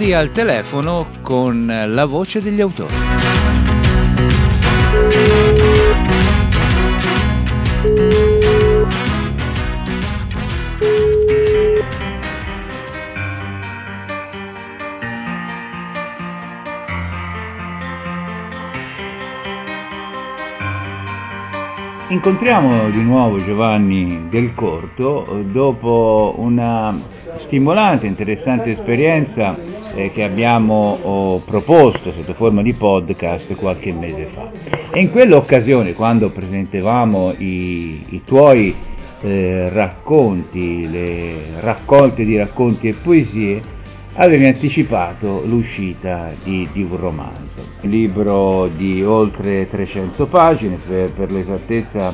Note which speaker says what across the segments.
Speaker 1: Libri al telefono con la voce degli autori.
Speaker 2: Incontriamo di nuovo Giovanni Del Corto dopo una stimolante, interessante esperienza che abbiamo proposto sotto forma di podcast qualche mese fa. E in quell'occasione, quando presentavamo i tuoi racconti, le raccolte di racconti e poesie, avevi anticipato l'uscita di un romanzo, un libro di oltre 300 pagine, per l'esattezza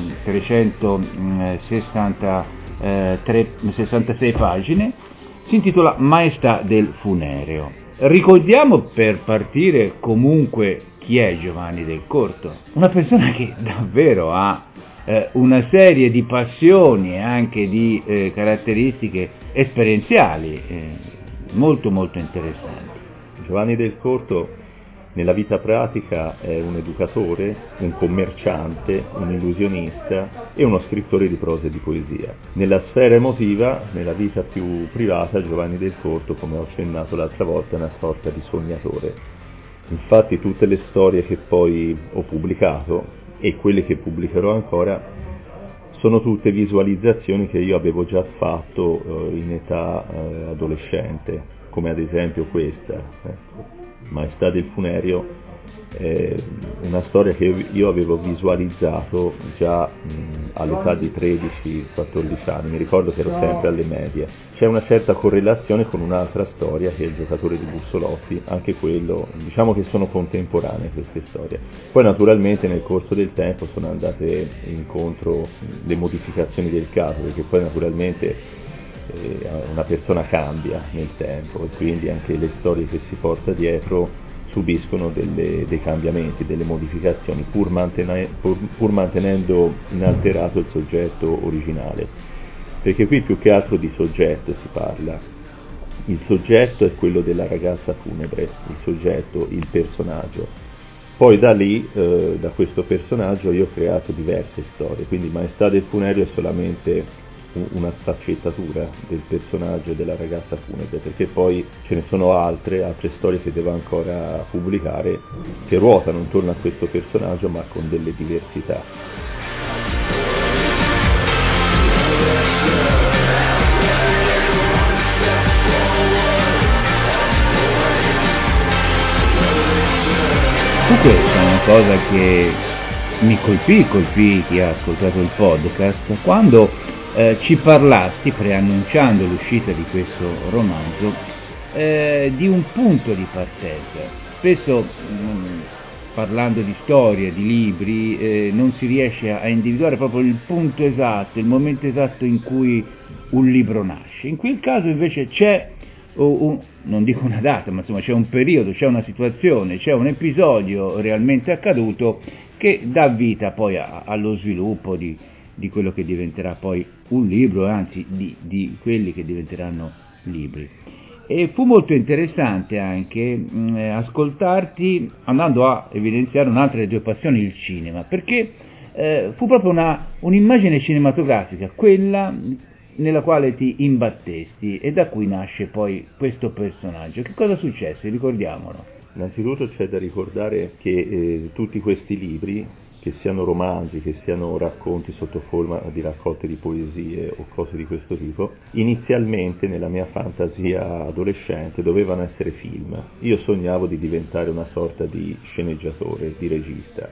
Speaker 2: 366 pagine, si intitola Maestà del Funereo. Ricordiamo per partire comunque chi è Giovanni Del Corto, una persona che davvero ha una serie di passioni e anche di caratteristiche esperienziali molto interessanti.
Speaker 3: Giovanni Del Corto nella vita pratica è un educatore, un commerciante, un illusionista e uno scrittore di prosa e di poesia. Nella sfera emotiva, nella vita più privata, Giovanni Del Corto, come ho accennato l'altra volta, è una sorta di sognatore. Infatti tutte le storie che poi ho pubblicato e quelle che pubblicherò ancora sono tutte visualizzazioni che io avevo già fatto in età adolescente, come ad esempio questa, Maestà del Funereo, una storia che io avevo visualizzato già all'età di 13-14 anni, mi ricordo che ero sempre alle medie. C'è una certa correlazione con un'altra storia che è Il giocatore di bussolotti, anche quello, diciamo che sono contemporanee queste storie. Poi naturalmente nel corso del tempo sono andate incontro le modificazioni del caso, perché poi naturalmente una persona cambia nel tempo e quindi anche le storie che si porta dietro subiscono dei cambiamenti, delle modificazioni, pur mantenendo inalterato il soggetto originale. Perché qui più che altro di soggetto si parla. Il soggetto è quello della ragazza funebre, il soggetto, il personaggio. Poi da lì, da questo personaggio, io ho creato diverse storie, quindi Maestà del Funereo è solamente una sfaccettatura del personaggio della ragazza funebre, perché poi ce ne sono altre storie che devo ancora pubblicare che ruotano intorno a questo personaggio ma con delle diversità.
Speaker 2: Questa è una cosa che mi colpì chi ha ascoltato il podcast, quando ci parlasti, preannunciando l'uscita di questo romanzo, di un punto di partenza. Spesso parlando di storie, di libri, non si riesce a individuare proprio il punto esatto, il momento esatto in cui un libro nasce. In quel caso invece c'è non dico una data, ma insomma c'è un periodo, c'è una situazione, c'è un episodio realmente accaduto che dà vita poi allo sviluppo di quello che diventerà poi un libro, anzi di quelli che diventeranno libri. E fu molto interessante anche ascoltarti, andando a evidenziare un'altra delle tue passioni, il cinema, perché fu proprio un'immagine cinematografica, quella nella quale ti imbattesti, e da cui nasce poi questo personaggio. Che cosa successe? Ricordiamolo.
Speaker 3: Innanzitutto c'è da ricordare che tutti questi libri, che siano romanzi, che siano racconti sotto forma di raccolte di poesie o cose di questo tipo, inizialmente nella mia fantasia adolescente dovevano essere film. Io sognavo di diventare una sorta di sceneggiatore, di regista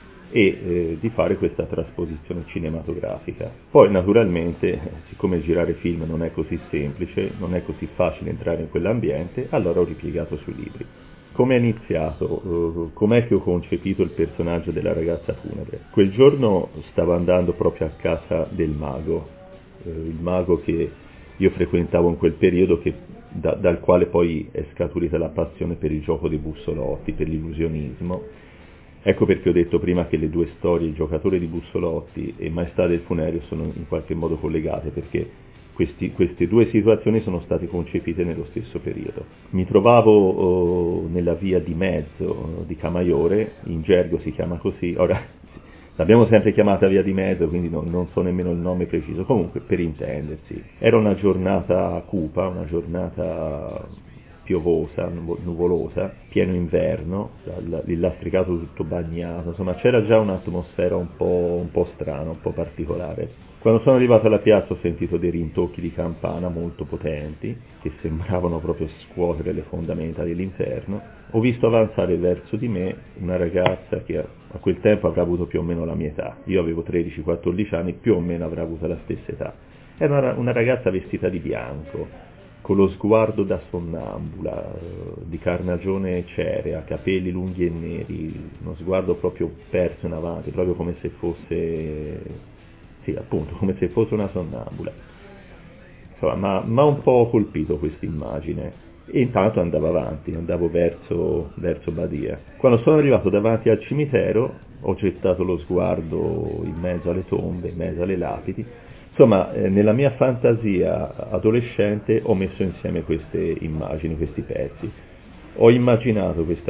Speaker 3: e di fare questa trasposizione cinematografica. Poi naturalmente, siccome girare film non è così semplice, non è così facile entrare in quell'ambiente, allora ho ripiegato sui libri. Come è iniziato? Com'è che ho concepito il personaggio della ragazza funebre? Quel giorno stavo andando proprio a casa del mago, il mago che io frequentavo in quel periodo, dal quale poi è scaturita la passione per il gioco dei bussolotti, per l'illusionismo. Ecco perché ho detto prima che le due storie, Il giocatore di bussolotti e Maestà del Funereo, sono in qualche modo collegate, perché Queste due situazioni sono state concepite nello stesso periodo. Mi trovavo nella via di mezzo di Camaiore, in gergo si chiama così, ora l'abbiamo sempre chiamata via di mezzo, quindi non so nemmeno il nome preciso, comunque per intendersi. Era una giornata cupa, una giornata piovosa, nuvolosa, pieno inverno, il lastricato tutto bagnato, insomma c'era già un'atmosfera un po' strana, un po' particolare. Quando sono arrivato alla piazza ho sentito dei rintocchi di campana molto potenti, che sembravano proprio scuotere le fondamenta dell'inferno. Ho visto avanzare verso di me una ragazza che a quel tempo avrà avuto più o meno la mia età. Io avevo 13-14 anni, più o meno avrà avuto la stessa età. Era una ragazza vestita di bianco, con lo sguardo da sonnambula, di carnagione cerea, capelli lunghi e neri, uno sguardo proprio perso in avanti, proprio come se fosse... Sì, appunto, come se fosse una sonnambula. Insomma, m'ha un po' colpito questa immagine. E intanto andavo avanti, andavo verso Badia. Quando sono arrivato davanti al cimitero, ho gettato lo sguardo in mezzo alle tombe, in mezzo alle lapidi. Insomma, nella mia fantasia adolescente ho messo insieme queste immagini, questi pezzi. Ho immaginato questa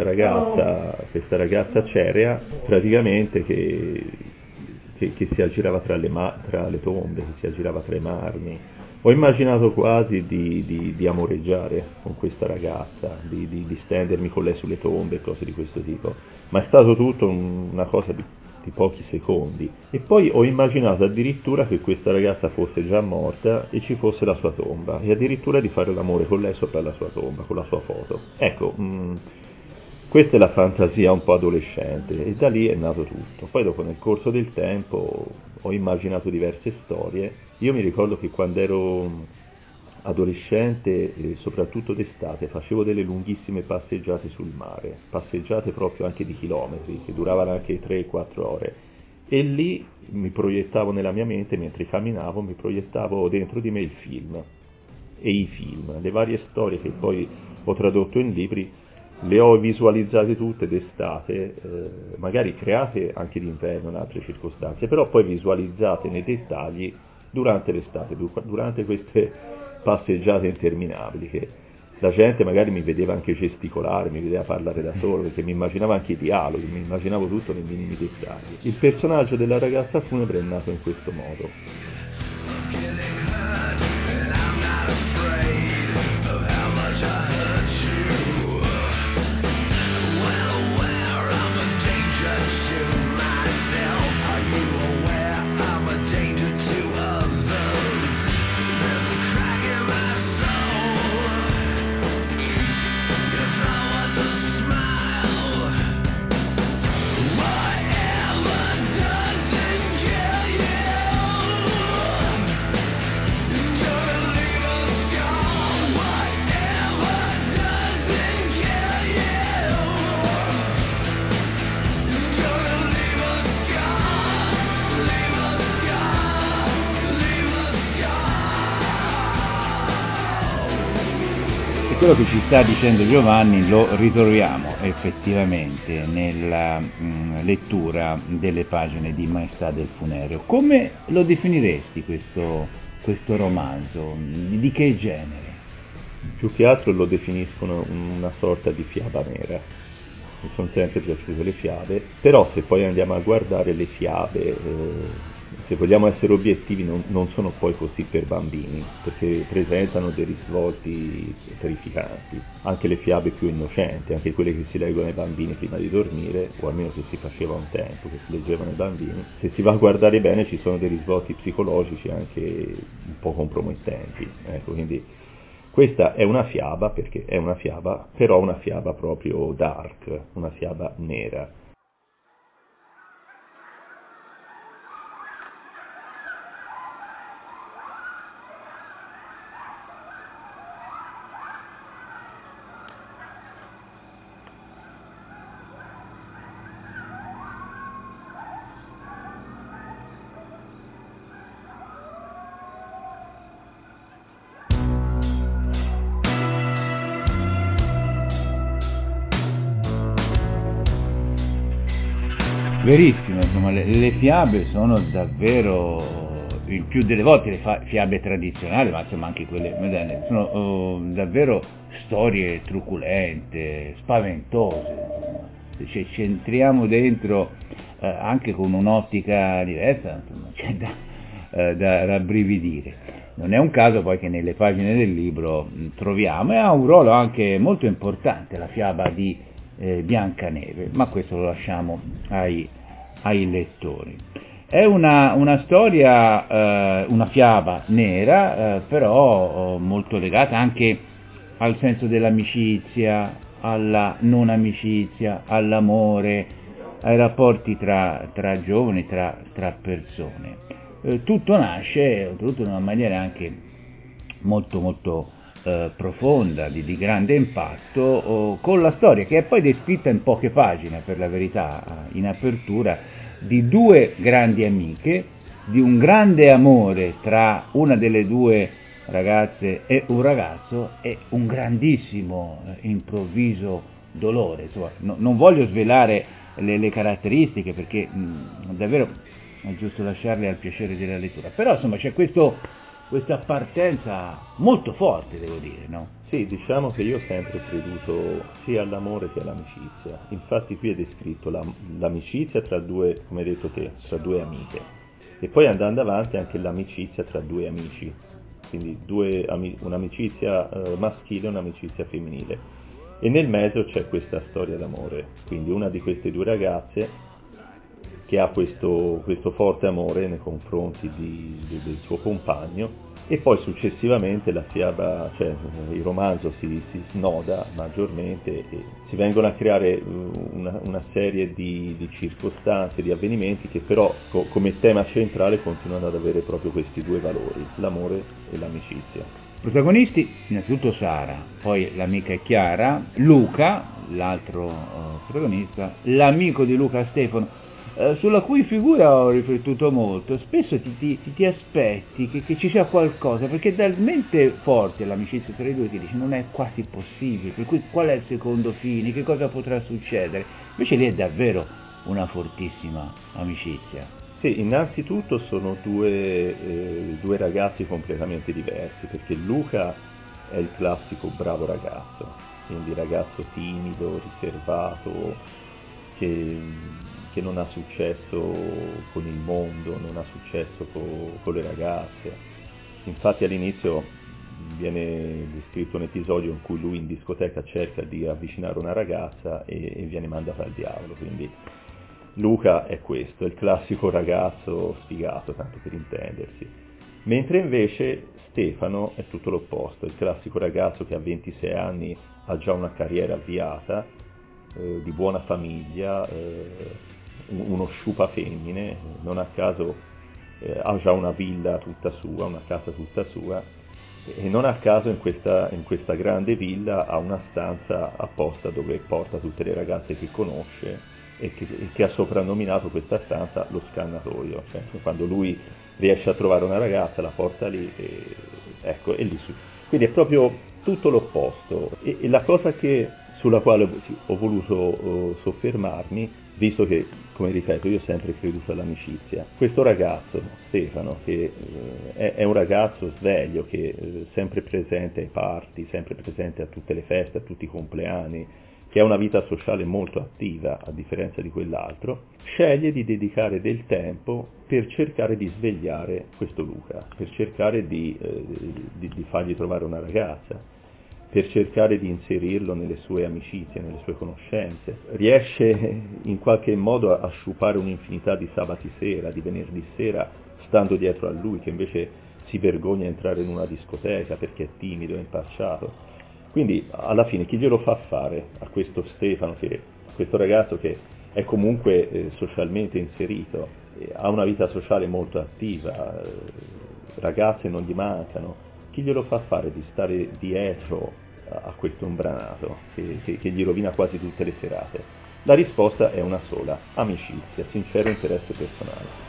Speaker 3: ragazza cerea, praticamente che si aggirava tra le tombe, che si aggirava tra i marmi. Ho immaginato quasi di amoreggiare con questa ragazza, di stendermi con lei sulle tombe e cose di questo tipo, ma è stato tutto una cosa di pochi secondi. E poi ho immaginato addirittura che questa ragazza fosse già morta e ci fosse la sua tomba, e addirittura di fare l'amore con lei sopra la sua tomba, con la sua foto. Ecco, questa è la fantasia un po' adolescente, e da lì è nato tutto. Poi dopo, nel corso del tempo, ho immaginato diverse storie. Io mi ricordo che quando ero adolescente, soprattutto d'estate, facevo delle lunghissime passeggiate sul mare, passeggiate proprio anche di chilometri, che duravano anche 3-4 ore. E lì mi proiettavo nella mia mente, mentre camminavo, mi proiettavo dentro di me il film. E i film, le varie storie che poi ho tradotto in libri, le ho visualizzate tutte d'estate, magari create anche d'inverno in altre circostanze, però poi visualizzate nei dettagli durante l'estate, durante queste passeggiate interminabili, che la gente magari mi vedeva anche gesticolare, mi vedeva parlare da solo, perché mi immaginava anche i dialoghi, mi immaginavo tutto nei minimi dettagli. Il personaggio della ragazza funebre è nato in questo modo.
Speaker 2: Quello che ci sta dicendo Giovanni lo ritroviamo effettivamente nella lettura delle pagine di Maestà del Funereo. Come lo definiresti questo romanzo? Di che genere?
Speaker 3: Più che altro lo definiscono una sorta di fiaba nera. Mi sono sempre piaciute le fiabe, però se poi andiamo a guardare le fiabe, se vogliamo essere obiettivi, non sono poi così per bambini, perché presentano dei risvolti terrificanti. Anche le fiabe più innocenti, anche quelle che si leggono ai bambini prima di dormire, o almeno che si faceva un tempo, che si leggevano ai bambini, se si va a guardare bene ci sono dei risvolti psicologici anche un po' compromettenti. Ecco, quindi questa è una fiaba, perché è una fiaba, però una fiaba proprio dark, una fiaba nera.
Speaker 2: Verissimo, insomma, le fiabe sono davvero il più delle volte le fiabe tradizionali, ma insomma anche quelle moderne, sono davvero storie truculente, spaventose, insomma. Ci entriamo dentro anche con un'ottica diversa, insomma, c'è da rabbrividire. Non è un caso poi che nelle pagine del libro troviamo, e ha un ruolo anche molto importante, la fiaba di Biancaneve, ma questo lo lasciamo ai lettori. È una storia, una fiaba nera, però molto legata anche al senso dell'amicizia, alla non amicizia, all'amore, ai rapporti tra giovani, tra persone. Tutto nasce, oltretutto in una maniera anche molto molto profonda, di grande impatto, con la storia che è poi descritta in poche pagine, per la verità, in apertura, di due grandi amiche, di un grande amore tra una delle due ragazze e un ragazzo, e un grandissimo improvviso dolore. Insomma, non voglio svelare le caratteristiche, perché davvero è giusto lasciarle al piacere della lettura, però insomma c'è questa partenza molto forte, devo dire, no?
Speaker 3: Sì, diciamo che io ho sempre creduto sia all'amore che all'amicizia. Infatti qui è descritto l'amicizia tra due, come hai detto te, tra due amiche, e poi andando avanti anche l'amicizia tra due amici, quindi un'amicizia maschile e un'amicizia femminile, e nel mezzo c'è questa storia d'amore, quindi una di queste due ragazze che ha questo forte amore nei confronti del suo compagno, e poi successivamente la fiaba, cioè il romanzo si snoda maggiormente e si vengono a creare una serie di circostanze, di avvenimenti che però come tema centrale continuano ad avere proprio questi due valori, l'amore e l'amicizia.
Speaker 2: Protagonisti, innanzitutto Sara, poi l'amica Chiara, Luca, l'altro protagonista, l'amico di Luca Stefano, sulla cui figura ho riflettuto molto. Spesso ti aspetti che ci sia qualcosa, perché è talmente forte l'amicizia tra i due che dici non è quasi possibile, per cui qual è il secondo fine, che cosa potrà succedere? Invece lì è davvero una fortissima amicizia.
Speaker 3: Sì, innanzitutto sono due ragazzi completamente diversi, perché Luca è il classico bravo ragazzo, quindi ragazzo timido, riservato, che non ha successo con il mondo, non ha successo con le ragazze. Infatti all'inizio viene descritto un episodio in cui lui in discoteca cerca di avvicinare una ragazza e viene mandato al diavolo, quindi Luca è questo, è il classico ragazzo sfigato, tanto per intendersi. Mentre invece Stefano è tutto l'opposto, il classico ragazzo che a 26 anni ha già una carriera avviata, di buona famiglia, uno sciupa femmine, non a caso ha già una villa tutta sua, una casa tutta sua, e non a caso in questa grande villa ha una stanza apposta dove porta tutte le ragazze che conosce, e che ha soprannominato questa stanza lo scannatoio, cioè quando lui riesce a trovare una ragazza la porta lì e lì su. Quindi è proprio tutto l'opposto, e la cosa sulla quale ho voluto soffermarmi, visto che, come ripeto, io ho sempre creduto all'amicizia, questo ragazzo, Stefano, che è un ragazzo sveglio, che è sempre presente ai party, sempre presente a tutte le feste, a tutti i compleanni, che ha una vita sociale molto attiva, a differenza di quell'altro, sceglie di dedicare del tempo per cercare di svegliare questo Luca, per cercare di fargli trovare una ragazza, per cercare di inserirlo nelle sue amicizie, nelle sue conoscenze. Riesce in qualche modo a sciupare un'infinità di sabati sera, di venerdì sera, stando dietro a lui, che invece si vergogna a entrare in una discoteca perché è timido e impacciato. Quindi alla fine chi glielo fa fare a questo Stefano, a questo ragazzo che è comunque socialmente inserito, ha una vita sociale molto attiva, ragazze non gli mancano, chi glielo fa fare di stare dietro a questo imbranato che gli rovina quasi tutte le serate? La risposta è una sola: amicizia, sincero interesse personale.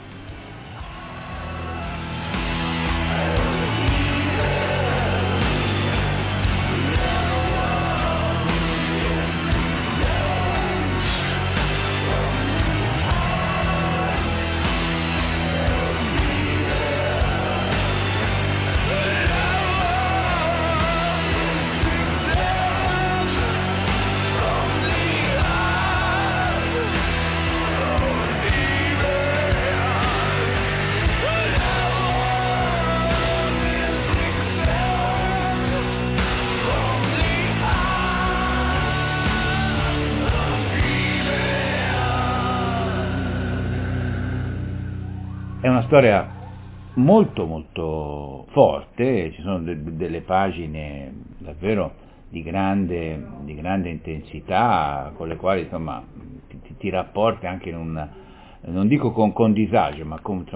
Speaker 2: È una storia molto molto forte, ci sono delle pagine davvero di grande intensità, con le quali insomma ti rapporti anche in non dico con disagio, ma con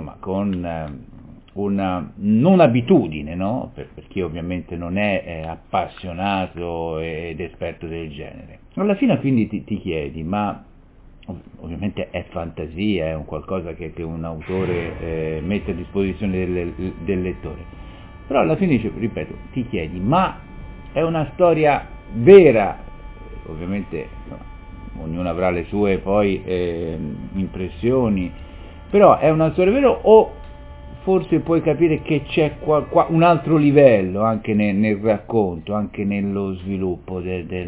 Speaker 2: una non abitudine, no? Per chi ovviamente non è appassionato ed esperto del genere. Alla fine quindi ti chiedi, ma ovviamente è fantasia, è un qualcosa che un autore mette a disposizione del lettore, però alla fine, ripeto, ti chiedi, ma è una storia vera? Ovviamente ognuno avrà le sue poi impressioni, però è una storia vera, o forse puoi capire che c'è un altro livello anche nel racconto, anche nello sviluppo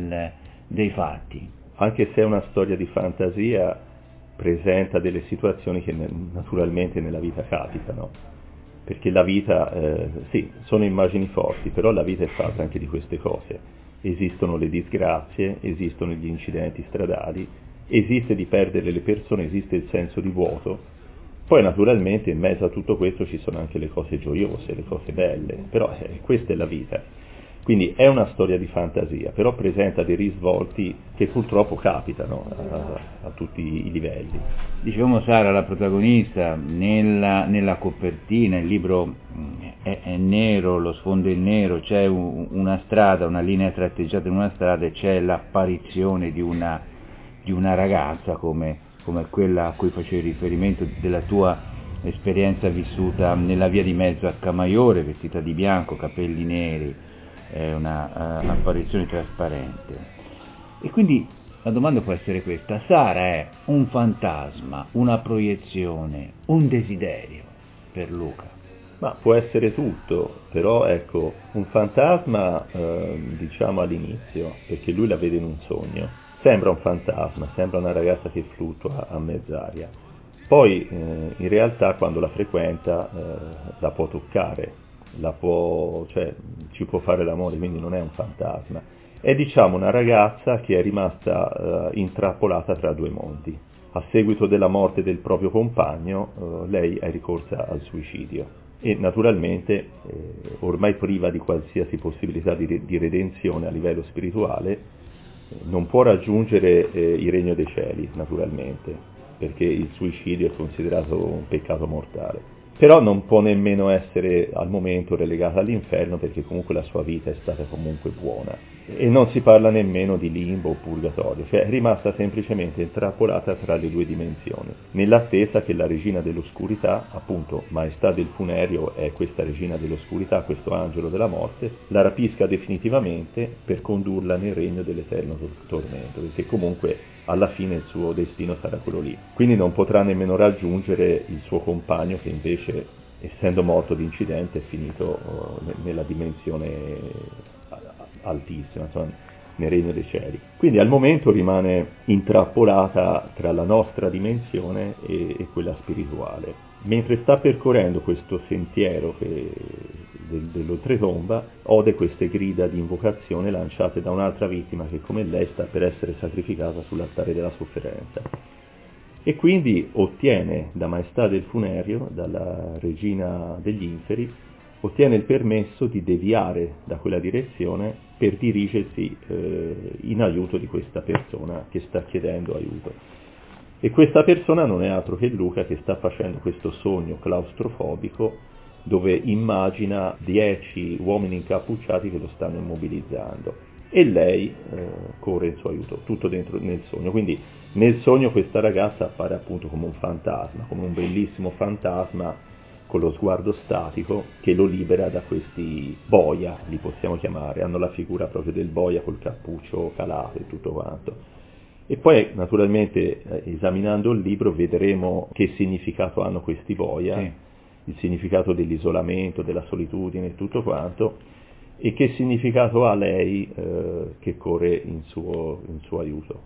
Speaker 2: dei fatti?
Speaker 3: Anche se è una storia di fantasia, presenta delle situazioni che naturalmente nella vita capitano, perché la vita, sì, sono immagini forti, però la vita è fatta anche di queste cose. Esistono le disgrazie, esistono gli incidenti stradali, esiste di perdere le persone, esiste il senso di vuoto. Poi naturalmente in mezzo a tutto questo ci sono anche le cose gioiose, le cose belle, però questa è la vita. Quindi è una storia di fantasia, però presenta dei risvolti che purtroppo capitano a tutti i livelli.
Speaker 2: Dicevamo, Sara, la protagonista, nella copertina, il libro è nero, lo sfondo è nero, c'è una strada, una linea tratteggiata in una strada, e c'è l'apparizione di una ragazza come quella a cui facevi riferimento, della tua esperienza vissuta nella via di mezzo a Camaiore, vestita di bianco, capelli neri, è una apparizione trasparente. E quindi la domanda può essere questa: Sara è un fantasma, una proiezione, un desiderio per Luca?
Speaker 3: Ma può essere tutto, però ecco, un fantasma diciamo all'inizio, perché lui la vede in un sogno, sembra un fantasma, sembra una ragazza che fluttua a mezz'aria. Poi in realtà quando la frequenta la può toccare, cioè ci può fare l'amore, quindi non è un fantasma. È diciamo una ragazza che è rimasta intrappolata tra due mondi. A seguito della morte del proprio compagno lei è ricorsa al suicidio e naturalmente ormai priva di qualsiasi possibilità di redenzione a livello spirituale non può raggiungere il regno dei cieli, naturalmente, perché il suicidio è considerato un peccato mortale. Però non può nemmeno essere al momento relegata all'inferno, perché comunque la sua vita è stata comunque buona. E non si parla nemmeno di limbo o purgatorio, cioè è rimasta semplicemente intrappolata tra le due dimensioni, nell'attesa che la regina dell'oscurità, appunto Maestà del Funerio è questa regina dell'oscurità, questo angelo della morte, la rapisca definitivamente per condurla nel regno dell'eterno tormento, perché comunque alla fine il suo destino sarà quello lì. Quindi non potrà nemmeno raggiungere il suo compagno, che invece, essendo morto di incidente, è finito nella dimensione altissima, insomma, nel regno dei cieli. Quindi al momento rimane intrappolata tra la nostra dimensione e quella spirituale. Mentre sta percorrendo questo sentiero dell'oltretomba, ode queste grida di invocazione lanciate da un'altra vittima che come lei sta per essere sacrificata sull'altare della sofferenza. E quindi ottiene da Maestà del Funerio, dalla regina degli inferi, ottiene il permesso di deviare da quella direzione per dirigersi in aiuto di questa persona che sta chiedendo aiuto. E questa persona non è altro che Luca, che sta facendo questo sogno claustrofobico dove immagina 10 uomini incappucciati che lo stanno immobilizzando e lei corre in suo aiuto, tutto dentro nel sogno. Quindi nel sogno questa ragazza appare appunto come un fantasma, come un bellissimo fantasma con lo sguardo statico che lo libera da questi boia, li possiamo chiamare, hanno la figura proprio del boia col cappuccio calato e tutto quanto. E poi naturalmente esaminando il libro vedremo che significato hanno questi boia, sì, il significato dell'isolamento, della solitudine e tutto quanto, e che significato ha lei che corre in suo aiuto.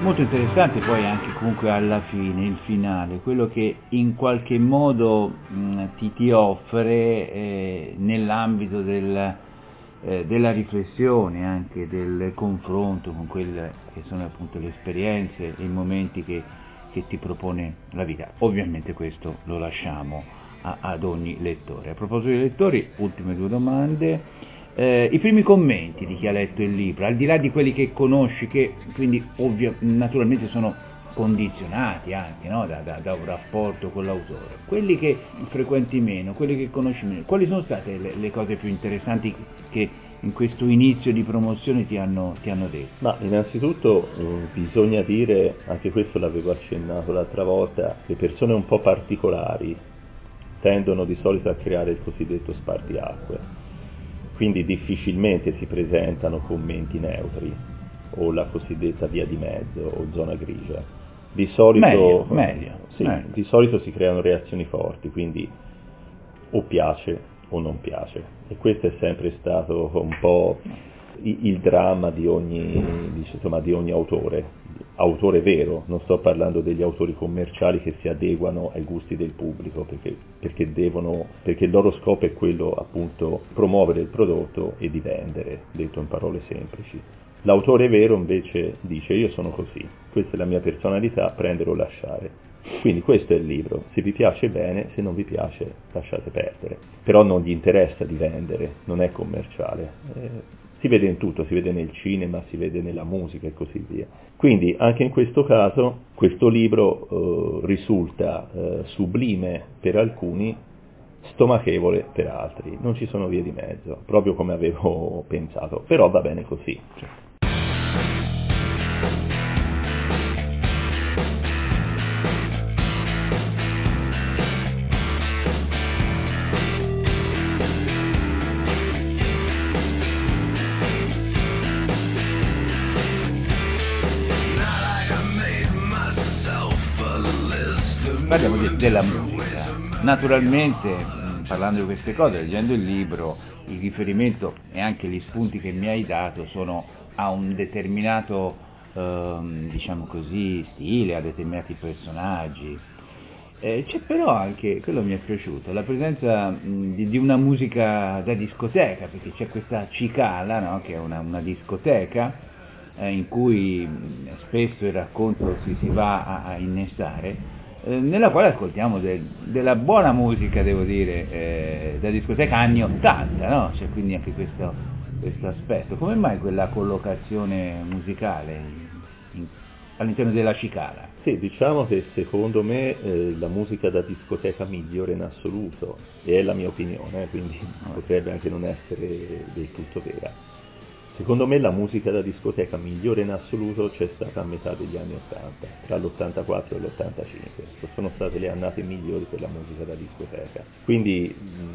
Speaker 2: molto interessante poi anche comunque alla fine, il finale, quello che in qualche modo ti offre nell'ambito della riflessione, anche del confronto con quelle che sono appunto le esperienze e i momenti che ti propone la vita. Ovviamente questo lo lasciamo ad ogni lettore. A proposito dei lettori, ultime due domande. I primi commenti di chi ha letto il libro, al di là di quelli che conosci, che quindi naturalmente sono condizionati anche, no? da un rapporto con l'autore, quelli che frequenti meno, quelli che conosci meno, quali sono state le cose più interessanti che in questo inizio di promozione ti hanno detto?
Speaker 3: Ma innanzitutto bisogna dire, anche questo l'avevo accennato l'altra volta, le persone un po' particolari tendono di solito a creare il cosiddetto spartiacque, quindi difficilmente si presentano commenti neutri o la cosiddetta via di mezzo o zona grigia. Di solito,
Speaker 2: meglio.
Speaker 3: Di solito si creano reazioni forti, quindi o piace o non piace, e questo è sempre stato un po' il dramma di ogni autore vero. Non sto parlando degli autori commerciali che si adeguano ai gusti del pubblico perché il loro scopo è quello appunto promuovere il prodotto e di vendere, detto in parole semplici. L'autore vero invece dice: io sono così, questa è la mia personalità, prendere o lasciare. Quindi questo è il libro, se vi piace bene, se non vi piace lasciate perdere. Però non gli interessa di vendere, non è commerciale. Si vede in tutto, si vede nel cinema, si vede nella musica e così via. Quindi anche in questo caso questo libro risulta sublime per alcuni, stomachevole per altri. Non ci sono vie di mezzo, proprio come avevo pensato, però va bene così.
Speaker 2: Parliamo della musica. Naturalmente, parlando di queste cose, leggendo il libro, il riferimento e anche gli spunti che mi hai dato sono a un determinato, diciamo così, stile, a determinati personaggi. C'è però anche, quello mi è piaciuto, la presenza di una musica da discoteca, perché c'è questa cicala, no? Che è una discoteca in cui spesso il racconto si va a innestare, nella quale ascoltiamo della buona musica, devo dire, da discoteca anni 80, no? C'è quindi anche questo aspetto. Come mai quella collocazione musicale all'interno della cicala?
Speaker 3: Sì, diciamo che secondo me la musica da discoteca migliore in assoluto, e è la mia opinione, quindi potrebbe anche non essere del tutto vera. Secondo me la musica da discoteca migliore in assoluto c'è stata a metà degli anni 80, tra l'84 e l'85. Sono state le annate migliori per la musica da discoteca. Quindi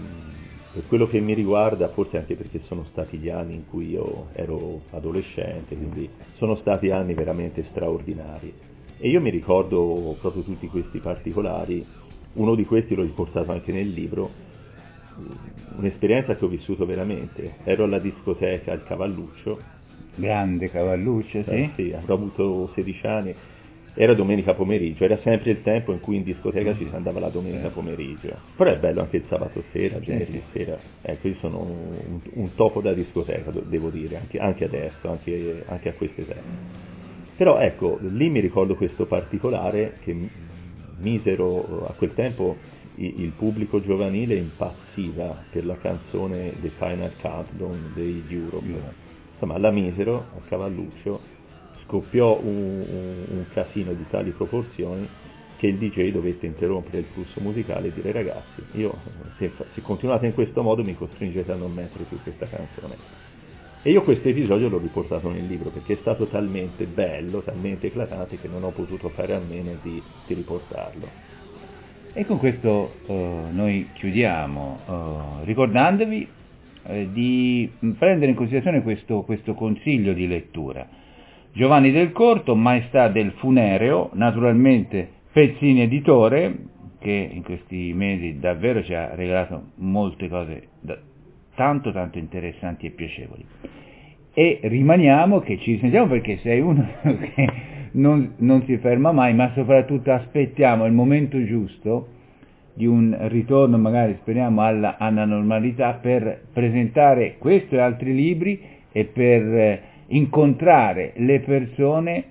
Speaker 3: per quello che mi riguarda, forse anche perché sono stati gli anni in cui io ero adolescente, quindi sono stati anni veramente straordinari. E io mi ricordo proprio tutti questi particolari. Uno di questi l'ho riportato anche nel libro, un'esperienza che ho vissuto veramente. Ero alla discoteca al Cavalluccio.
Speaker 2: Grande Cavalluccio, sì?
Speaker 3: Sì, avrò avuto 16 anni. Era domenica pomeriggio, era sempre il tempo in cui in discoteca ci si andava la domenica pomeriggio. Però è bello anche il sabato sera, venerdì sera. Ecco, io sono un topo da discoteca, devo dire, anche adesso, anche a queste tempo. Però ecco, lì mi ricordo questo particolare che misero a quel tempo il pubblico giovanile impazziva per la canzone The Final Countdown dei Europe. Insomma, la misero a Cavalluccio, scoppiò un casino di tali proporzioni che il DJ dovette interrompere il flusso musicale e dire: ragazzi, se continuate in questo modo mi costringete a non mettere più questa canzone. E io questo episodio l'ho riportato nel libro perché è stato talmente bello, talmente eclatante, che non ho potuto fare a meno di riportarlo.
Speaker 2: E con questo noi chiudiamo, ricordandovi di prendere in considerazione questo consiglio di lettura. Giovanni Del Corto, Maestà del Funereo, naturalmente Pezzini Editore, che in questi mesi davvero ci ha regalato molte cose tanto interessanti e piacevoli. E rimaniamo che ci risentiamo, perché sei uno che non si ferma mai, ma soprattutto aspettiamo il momento giusto di un ritorno, magari speriamo alla normalità, per presentare questo e altri libri e per incontrare le persone.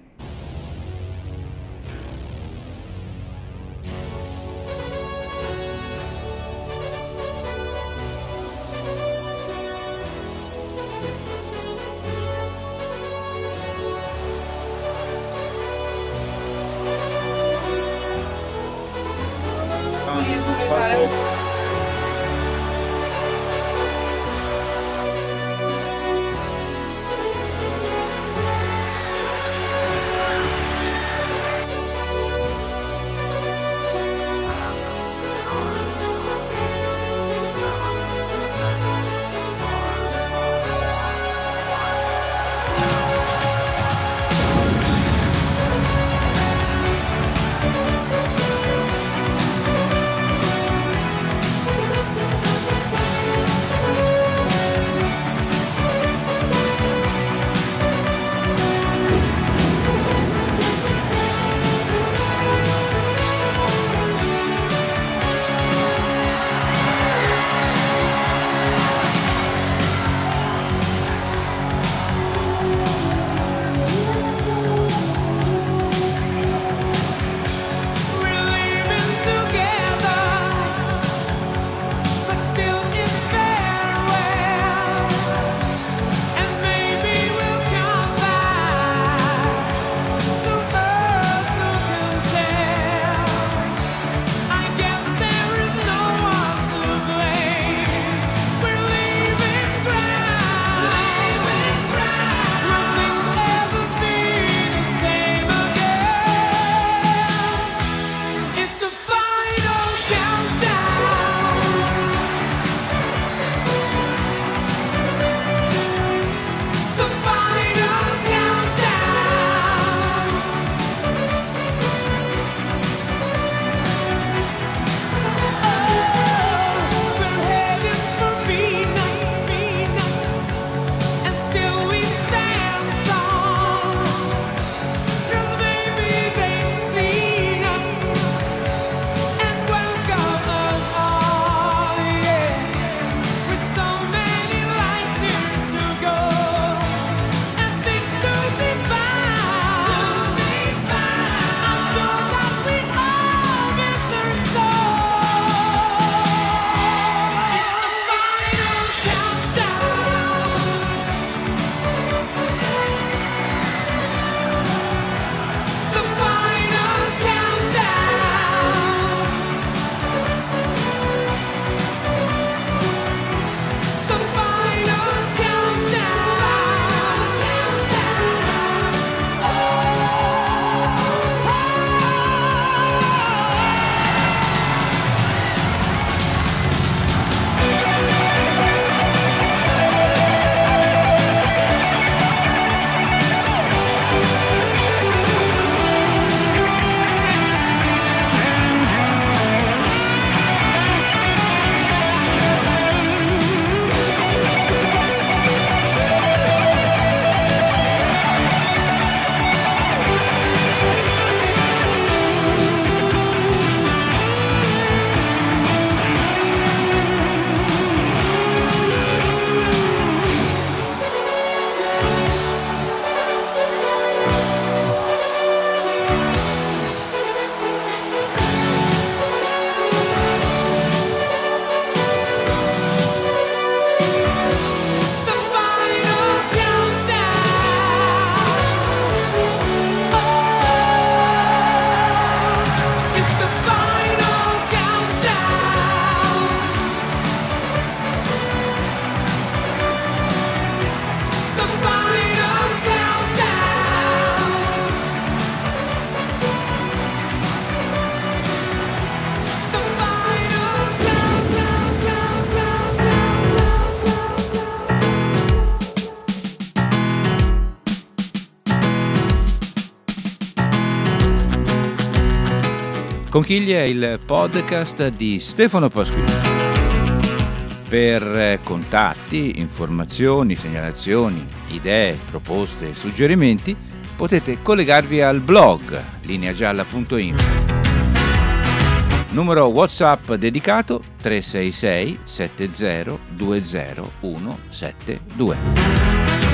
Speaker 1: Conchiglia è il podcast di Stefano Pasquini. Per contatti, informazioni, segnalazioni, idee, proposte e suggerimenti potete collegarvi al blog lineagialla.info. Numero WhatsApp dedicato 366 70 20 172.